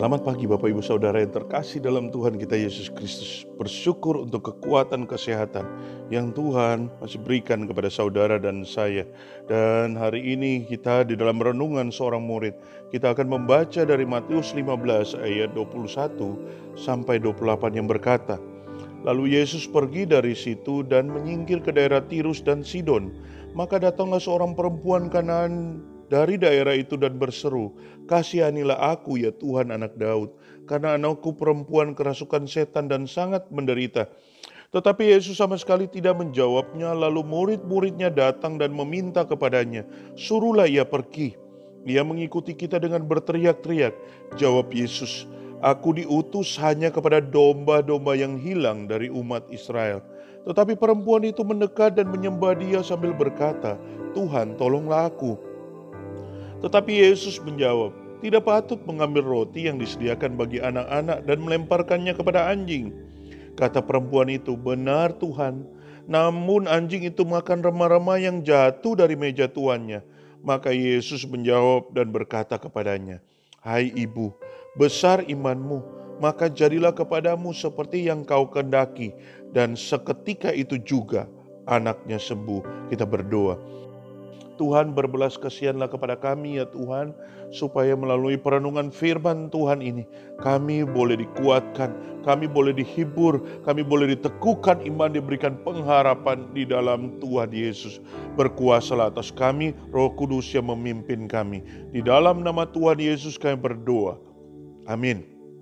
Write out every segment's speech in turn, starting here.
Selamat pagi Bapak Ibu Saudara yang terkasih dalam Tuhan kita Yesus Kristus. Bersyukur untuk kekuatan kesehatan yang Tuhan masih berikan kepada saudara dan saya. Dan hari ini kita di dalam renungan seorang murid, kita akan membaca dari Matius 15 ayat 21 sampai 28 yang berkata, "Lalu Yesus pergi dari situ dan menyingkir ke daerah Tirus dan Sidon. Maka datanglah seorang perempuan Kanaan dari daerah itu dan berseru, 'Kasihanilah aku ya Tuhan anak Daud, karena anakku perempuan kerasukan setan dan sangat menderita.' Tetapi Yesus sama sekali tidak menjawabnya. Lalu murid-muridnya datang dan meminta kepadanya, 'Suruhlah ia pergi.' Ia mengikuti kita dengan berteriak-teriak. Jawab Yesus, 'Aku diutus hanya kepada domba-domba yang hilang dari umat Israel.' Tetapi perempuan itu mendekat dan menyembah Dia sambil berkata, 'Tuhan, tolonglah aku.' Tetapi Yesus menjawab, 'Tidak patut mengambil roti yang disediakan bagi anak-anak dan melemparkannya kepada anjing.' Kata perempuan itu, 'Benar Tuhan, namun anjing itu makan remah-remah yang jatuh dari meja tuannya.' Maka Yesus menjawab dan berkata kepadanya, 'Hai ibu, besar imanmu, maka jadilah kepadamu seperti yang kau kehendaki.' Dan seketika itu juga anaknya sembuh." Kita berdoa. Tuhan, berbelas kasihanlah kepada kami ya Tuhan, supaya melalui perenungan firman Tuhan ini kami boleh dikuatkan, kami boleh dihibur, kami boleh diteguhkan iman, diberikan pengharapan di dalam Tuhan Yesus. Berkuasalah atas kami, Roh Kudus yang memimpin kami. Di dalam nama Tuhan Yesus kami berdoa. Amin.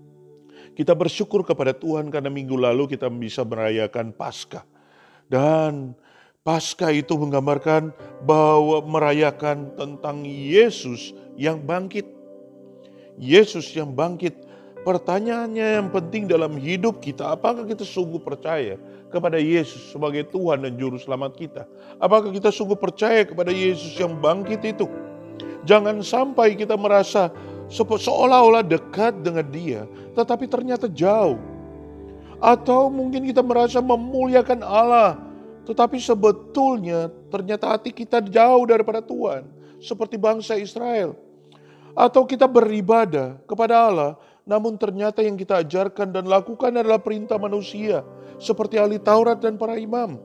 Kita bersyukur kepada Tuhan karena minggu lalu kita bisa merayakan Paskah. Dan Paskah itu menggambarkan bahwa merayakan tentang Yesus yang bangkit. Yesus yang bangkit. Pertanyaannya yang penting dalam hidup kita, apakah kita sungguh percaya kepada Yesus sebagai Tuhan dan Juru Selamat kita? Apakah kita sungguh percaya kepada Yesus yang bangkit itu? Jangan sampai kita merasa seolah-olah dekat dengan Dia, tetapi ternyata jauh. Atau mungkin kita merasa memuliakan Allah, tetapi sebetulnya ternyata hati kita jauh daripada Tuhan, seperti bangsa Israel. Atau kita beribadah kepada Allah, namun ternyata yang kita ajarkan dan lakukan adalah perintah manusia, seperti ahli Taurat dan para imam.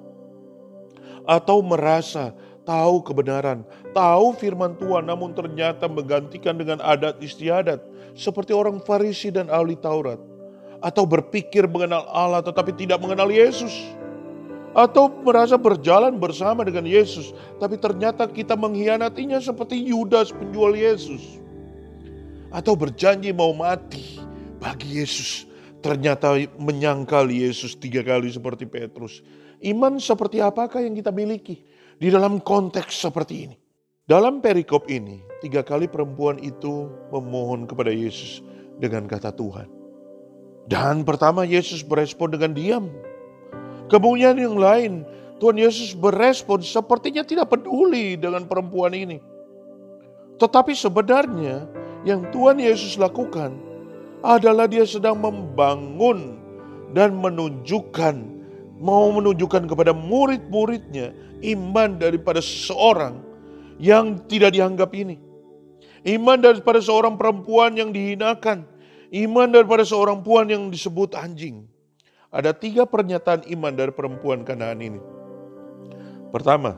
Atau merasa tahu kebenaran, tahu firman Tuhan, namun ternyata menggantikan dengan adat istiadat, seperti orang Farisi dan ahli Taurat. Atau berpikir mengenal Allah tetapi tidak mengenal Yesus. Atau merasa berjalan bersama dengan Yesus, tapi ternyata kita mengkhianatinya seperti Yudas penjual Yesus. Atau berjanji mau mati bagi Yesus, ternyata menyangkal Yesus 3 kali seperti Petrus. Iman seperti apakah yang kita miliki di dalam konteks seperti ini? Dalam perikop ini, 3 kali perempuan itu memohon kepada Yesus dengan kata Tuhan. Dan pertama Yesus berespon dengan diam. Kemudian yang lain, Tuhan Yesus berespon sepertinya tidak peduli dengan perempuan ini. Tetapi sebenarnya yang Tuhan Yesus lakukan adalah Dia sedang membangun dan mau menunjukkan kepada murid-muridnya iman daripada seseorang yang tidak dianggap ini. Iman daripada seorang perempuan yang dihinakan. Iman daripada seorang perempuan yang disebut anjing. Ada 3 pernyataan iman dari perempuan Kanaan ini. Pertama,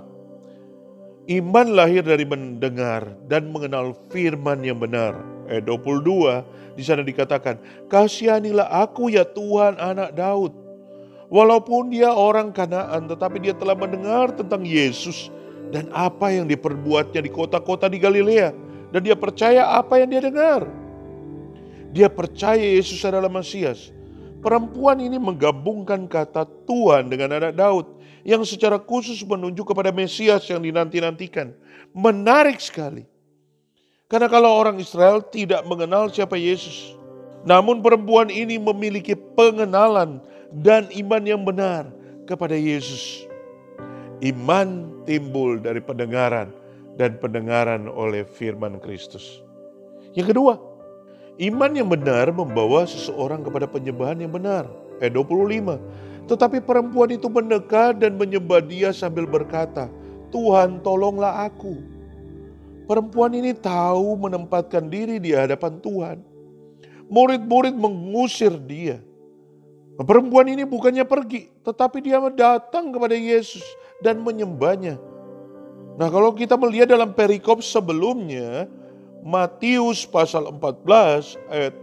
iman lahir dari mendengar dan mengenal firman yang benar. Ayat 22 di sana dikatakan, "Kasihanilah aku ya Tuhan anak Daud." Walaupun dia orang Kanaan, tetapi dia telah mendengar tentang Yesus dan apa yang diperbuatnya di kota-kota di Galilea. Dan dia percaya apa yang dia dengar. Dia percaya Yesus adalah Mesias. Perempuan ini menggabungkan kata Tuhan dengan anak Daud yang secara khusus menunjuk kepada Mesias yang dinanti-nantikan. Menarik sekali. Karena kalau orang Israel tidak mengenal siapa Yesus. Namun perempuan ini memiliki pengenalan dan iman yang benar kepada Yesus. Iman timbul dari pendengaran dan pendengaran oleh firman Kristus. Yang kedua, iman yang benar membawa seseorang kepada penyembahan yang benar. Ayat 25. Tetapi perempuan itu mendekat dan menyembah Dia sambil berkata, "Tuhan, tolonglah aku." Perempuan ini tahu menempatkan diri di hadapan Tuhan. murid-murid mengusir dia. Perempuan ini bukannya pergi, tetapi dia datang kepada Yesus dan menyembahnya. Nah, kalau kita melihat dalam perikop sebelumnya, Matius pasal 14 ayat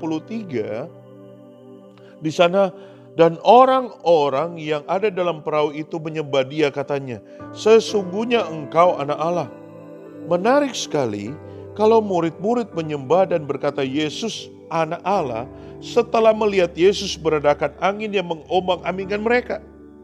33, di sana, dan orang-orang yang ada dalam perahu itu menyembah dia, katanya, sesungguhnya engkau anak Allah. Menarik sekali kalau murid-murid menyembah dan berkata Yesus anak Allah setelah melihat Yesus meredakan angin yang mengombang-ambingkan mereka.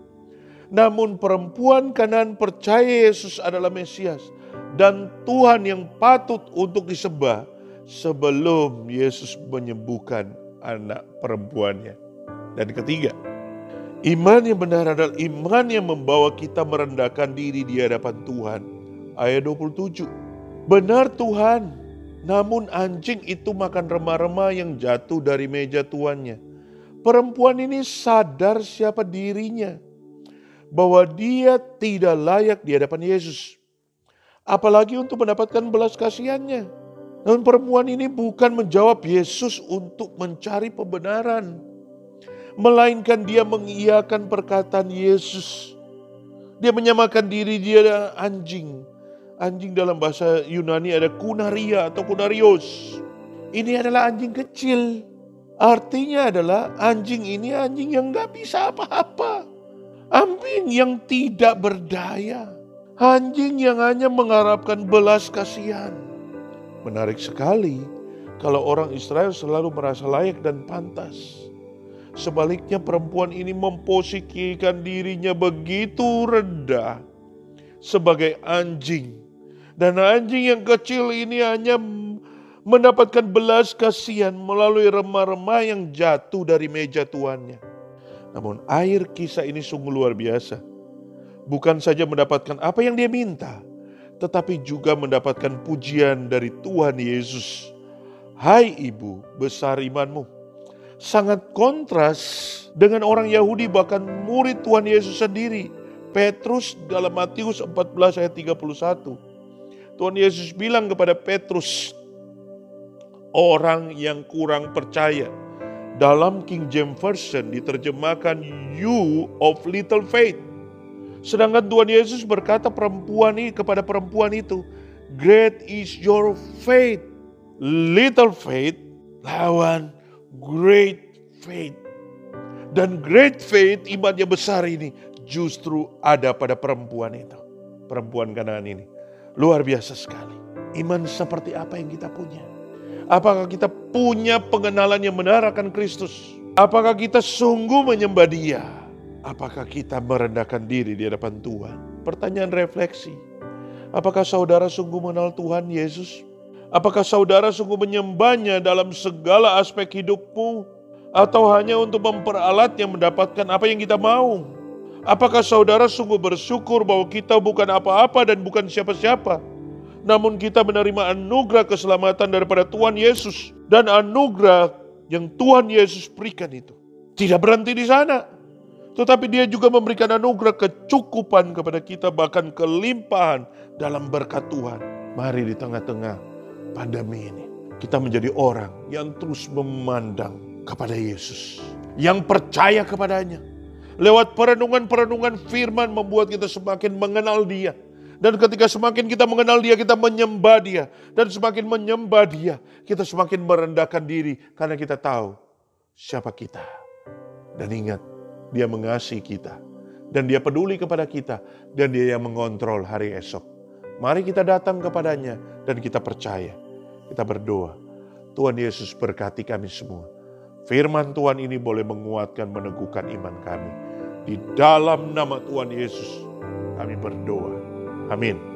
Namun perempuan Kanaan percaya Yesus adalah Mesias dan Tuhan yang patut untuk disembah sebelum Yesus menyembuhkan anak perempuannya. Dan ketiga, iman yang benar adalah iman yang membawa kita merendahkan diri di hadapan Tuhan. Ayat 27. Benar Tuhan, namun anjing itu makan remah-remah yang jatuh dari meja tuannya. Perempuan ini sadar siapa dirinya, bahwa dia tidak layak di hadapan Yesus, apalagi untuk mendapatkan belas kasihannya. Namun perempuan ini bukan menjawab Yesus untuk mencari pembenaran, melainkan dia mengiyakan perkataan Yesus. Dia menyamakan diri dia dengan anjing. Anjing dalam bahasa Yunani ada kunaria atau kunarios. Ini adalah anjing kecil. Artinya adalah anjing ini anjing yang gak bisa apa-apa. Anjing yang tidak berdaya. Anjing yang hanya mengharapkan belas kasihan. Menarik sekali kalau orang Israel selalu merasa layak dan pantas. Sebaliknya perempuan ini memposisikan dirinya begitu rendah sebagai anjing. Dan anjing yang kecil ini hanya mendapatkan belas kasihan melalui remah-remah yang jatuh dari meja tuannya. Namun air kisah ini sungguh luar biasa. Bukan saja mendapatkan apa yang dia minta, tetapi juga mendapatkan pujian dari Tuhan Yesus. Hai ibu, besar imanmu. Sangat kontras dengan orang Yahudi, bahkan murid Tuhan Yesus sendiri. Petrus dalam Matius 14 ayat 31. Tuhan Yesus bilang kepada Petrus, orang yang kurang percaya. Dalam King James Version diterjemahkan you of little faith. Sedangkan Tuhan Yesus berkata kepada perempuan itu, great is your faith. Little faith lawan great faith. Dan great faith, iman yang besar ini justru ada pada perempuan itu. Perempuan Kanaan ini. Luar biasa sekali. Iman seperti apa yang kita punya? Apakah kita punya pengenalan yang benar akan Kristus? Apakah kita sungguh menyembah Dia? Apakah kita merendahkan diri di hadapan Tuhan? Pertanyaan refleksi. Apakah saudara sungguh mengenal Tuhan Yesus? Apakah saudara sungguh menyembahnya dalam segala aspek hidupmu? Atau hanya untuk memperalatnya mendapatkan apa yang kita mau? Apakah saudara sungguh bersyukur bahwa kita bukan apa-apa dan bukan siapa-siapa, namun kita menerima anugerah keselamatan daripada Tuhan Yesus, dan anugerah yang Tuhan Yesus berikan itu tidak berhenti di sana, tetapi Dia juga memberikan anugerah kecukupan kepada kita, bahkan kelimpahan dalam berkat Tuhan. Mari di tengah-tengah pandemi ini kita menjadi orang yang terus memandang kepada Yesus, yang percaya kepadanya. Lewat perenungan-perenungan firman membuat kita semakin mengenal Dia. Dan ketika semakin kita mengenal Dia, kita menyembah Dia. Dan semakin menyembah Dia, kita semakin merendahkan diri. Karena kita tahu siapa kita. Dan ingat, Dia mengasihi kita. Dan Dia peduli kepada kita. Dan Dia yang mengontrol hari esok. Mari kita datang kepadanya dan kita percaya. Kita berdoa. Tuhan Yesus berkati kami semua. Firman Tuhan ini boleh menguatkan, meneguhkan iman kami. Di dalam nama Tuhan Yesus kami berdoa. Amin.